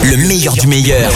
Le meilleur du meilleur.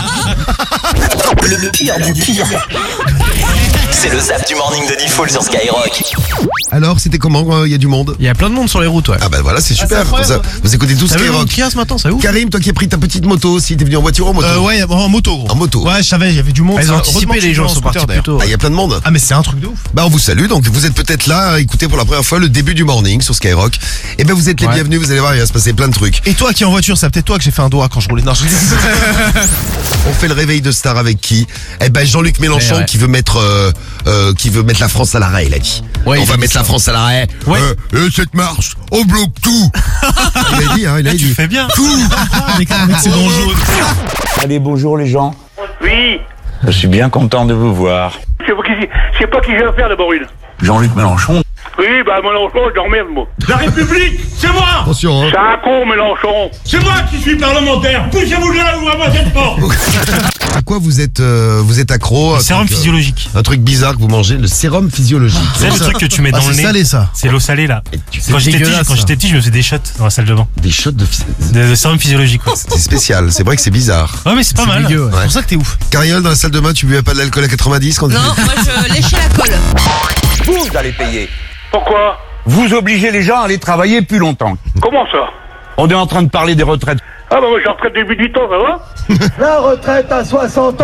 Le pire du pire. C'est le Zap du Morning de Diffoul sur Skyrock. Alors, c'était comment? Il y a du monde? Il y a plein de monde sur les routes, ouais. Ah bah voilà, c'est super. incroyable. Ça, vous écoutez tous T'as vu le monde Skyrock. qu'il y a ce matin, c'est ouf. Karim, toi qui as pris ta petite moto aussi, t'es venu en voiture ou en moto? Ouais, en moto. Gros. En moto. Ouais, je savais, il y avait du monde. Ils ont Heureusement anticipé, que les je gens suis en sont partis scooter, plus tôt. Ah, il y a plein de monde. Ah, mais c'est un truc de ouf. Bah on vous salue, donc vous êtes peut-être là, écoutez pour la première fois le début du morning sur Skyrock. Et ben vous êtes les Ouais. bienvenus, vous allez voir, il va se passer plein de trucs. Et toi qui es en voiture, c'est peut-être toi que j'ai fait un doigt quand je roulais. Non, je On fait le réveil de star avec qui? Eh ben Jean-Luc Mélenchon Ouais. qui veut mettre la France à l'arrêt, il a dit. Ouais, On il va a dit mettre ça. la France à l'arrêt. Ouais. Cette marche, on bloque tout. Il a dit, hein, il a dit. Tu fais bien. Tout. Avec c'est dans le jaune. Allez, bonjour les gens. Oui, Je suis bien content de vous voir. je sais pas qui j'ai affaire d'abord une. Jean-Luc Mélenchon. Oui, bah Mélenchon, je l'emmerde moi. La République, c'est moi. Attention, hein. C'est un con Mélenchon. C'est moi qui suis parlementaire. Poussez-vous là ou à moi cette porte. À quoi vous êtes accro? Un Sérum truc, physiologique. un truc bizarre que vous mangez, le sérum physiologique. C'est le truc que tu mets dans le C'est nez. salé ça. C'est l'eau salée là. C'est Quand j'étais dégueulasse, ça. petit, je me faisais des shots dans la salle de bain. des shots De sérum physiologique. Ouais. C'est spécial, c'est vrai que c'est bizarre. Ouais, mais c'est pas mal. Dégueu, ouais. C'est pour ça que t'es ouf. Cariole, dans la salle de bain, tu buvais pas de l'alcool à 90 quand Non, moi je léchais la colle. Vous allez payer. Pourquoi? Vous obligez les gens à aller travailler plus longtemps. Comment ça? On est en train de parler des retraites. Ah bah moi j'ai retraite depuis 18 ans, ça va? La retraite à 60 ans.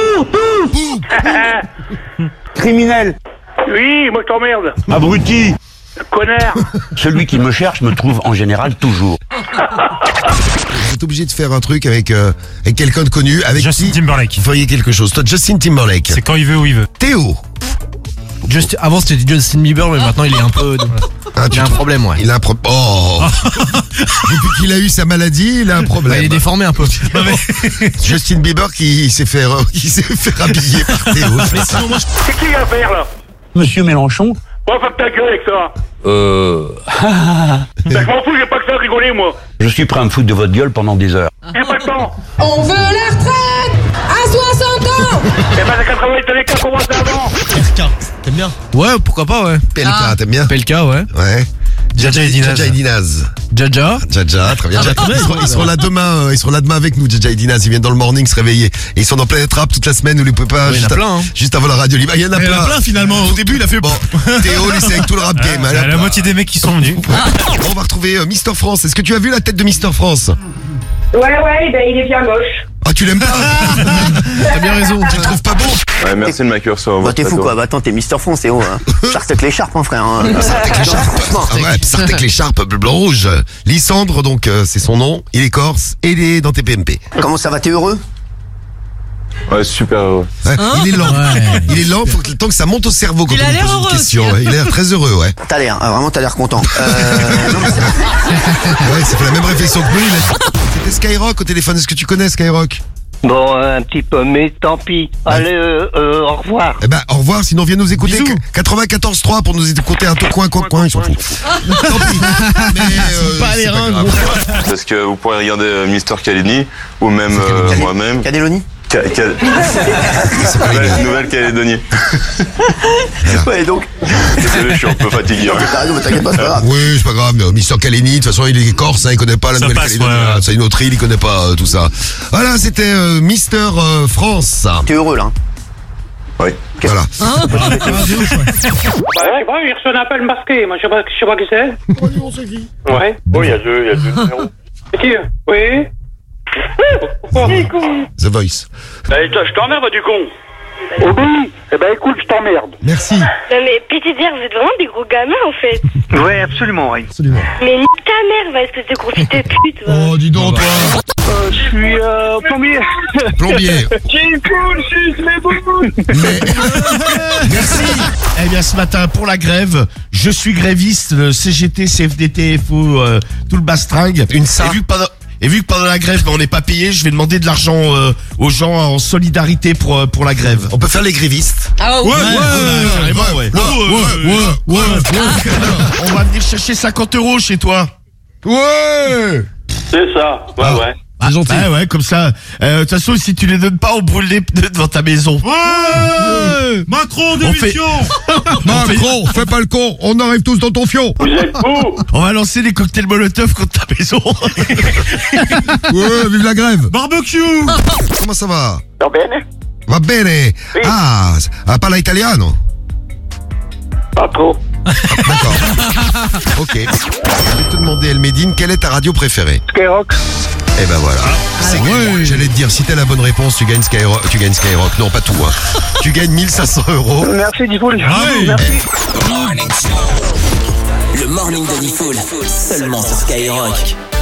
Criminel, Oui, moi je t'emmerde. abruti. Connard. Celui qui me cherche me trouve en général toujours. vous êtes obligé de faire un truc avec quelqu'un de connu, avec Justin qui Timberlake. vous feriez quelque chose. Toi, Justin Timberlake. C'est quand il veut où il veut. Théo. Avant c'était Justin Bieber, mais maintenant il est un peu. Ah, Il a un problème, ouais. Il a un problème. Oh. Depuis qu'il a eu sa maladie, il a un problème. Il est déformé un peu. Justin Bieber qui s'est fait habiller par Théo. c'est ça. C'est qui a affaire là? Monsieur Mélenchon. Ouais, fuck ta gueule avec ça. Euh... Bah, je m'en fous, j'ai pas que ça à rigoler moi. Je suis prêt à me foutre de votre gueule pendant des heures. J'ai pas le temps. On veut la retraite à 60 ans. Eh ben, c'est qu'à travailler tous les cas commencé avant. RK. T'aimes bien? Ouais, pourquoi pas, ouais. PLK, t'aimes bien? PLK, ouais. Ouais. Jaja et Dinaz. Jaja et Dinaz. Jaja. Jaja, très bien. très bien, Ils seront là demain. Ils seront là demain avec nous, Jaja et Dinaz. Ils viennent dans le morning se réveiller. Et ils sont dans plein de rap toute la semaine. Vous les pouvez pas. Ouais, il y en a plein, hein. Juste avant la radio libre. Il y en a Il y en plein. a plein finalement. Au début, il a fait Bon, Théo, lui, c'est avec tout le rap game. Il y a la moitié des mecs qui sont venus. On va retrouver Mister France. Est-ce que tu as vu la tête de Mister France? Ouais, ben il est bien moche. Ah, tu l'aimes pas? T'as bien raison. Tu le trouves pas bon? Ouais, merci de m'accueillir sur Bah votre t'es fou plateau. quoi, bah attends t'es Mister France et oh hein. Sartek l'écharpe hein frère hein. Sartek l'écharpe. Ah ouais, Sartek l'écharpe, bleu, blanc, rouge. Lysandre, donc, c'est son nom. Il est corse et il est dans TPMP. Comment ça va, t'es heureux? Ouais, super heureux. Ouais, il est lent. Il est lent, faut que le temps que ça monte au cerveau quand Il on a lui l'air pose une heureux question. aussi, hein. Ouais, il a l'air très heureux, ouais. Vraiment t'as l'air content. Non, mais Ouais, ça fait la même réflexion que nous. C'était Skyrock au téléphone. Est-ce que tu connais Skyrock? Bon, un petit peu, mais tant pis. Allez, au revoir. Eh ben, au revoir, sinon viens nous écouter. 94.3 pour nous écouter un peu coin, ils s'en foutent. Tant pis. Mais, pas les c'est reins, grave. Parce que vous pourrez regarder Mister Kalini ou même moi-même. Calédonie. Nouvelle-Calédonie. Ouais donc. Désolé, je suis un peu fatigué. T'as raison mais t'inquiète pas, c'est pas grave. Oui, c'est pas grave, mais Mister Kalini, de toute façon, il est corse, hein, il connaît pas la Ça Nouvelle-Calédonie. passe, ouais. C'est une autre île, il connaît pas tout ça. Voilà, c'était Mister France. T'es heureux là hein. Oui. Voilà. Bah, je sais pas, j'ai reçu un appel masqué. Moi, je sais pas qui c'est. Ouais. Bon, il y a deux numéros. C'est qui? Oui. Pourquoi? The Voice. Je t'emmerde, du con. Oui. Eh ben, écoute, je t'emmerde. Merci. Non mais pitié de dire, vous êtes vraiment des gros gamins en fait. Ouais, absolument, oui. Absolument. Mais nique ta mère, va, espèce de gros fils de pute. Va. Oh, dis donc, toi. Je suis plombier. Plombier. J'ai cool, je mes boules. Mais... Merci. Eh bien, ce matin, pour la grève, je suis gréviste, le CGT, CFDT, FO, tout le bastringue. Une ça. Et vu que pendant la grève, on n'est pas payé, je vais demander de l'argent aux gens en solidarité pour la grève. On peut faire les grévistes. Ah ouais. Carrément, ouais. On va venir chercher 50 € chez toi. Ouais. C'est ça. Ouais, Ah. ouais. C'est gentil. Ouais, comme ça. De toute façon, si tu les donnes pas, on brûle les pneus devant ta maison. Ouais Macron, démission. Macron, fais pas le con, on arrive tous dans ton fion. Vous êtes fous. On va lancer les cocktails Molotov contre ta maison. Ouais, vive la grève. Barbecue. Comment ça va? Va bene. Va bene. Oui. Ah, parla italiano. Pas trop. D'accord. Ok. Je vais te demander, Elmédine, quelle est ta radio préférée? Skyrock. Eh ben voilà. C'est gagné. J'allais te dire, si t'as la bonne réponse, tu gagnes Skyrock. Tu gagnes Skyrock. Non, pas tout, hein. Tu gagnes 1500 €. Merci, Diffoul. Ouais. Merci. Le morning de Diffoul, seulement sur Skyrock.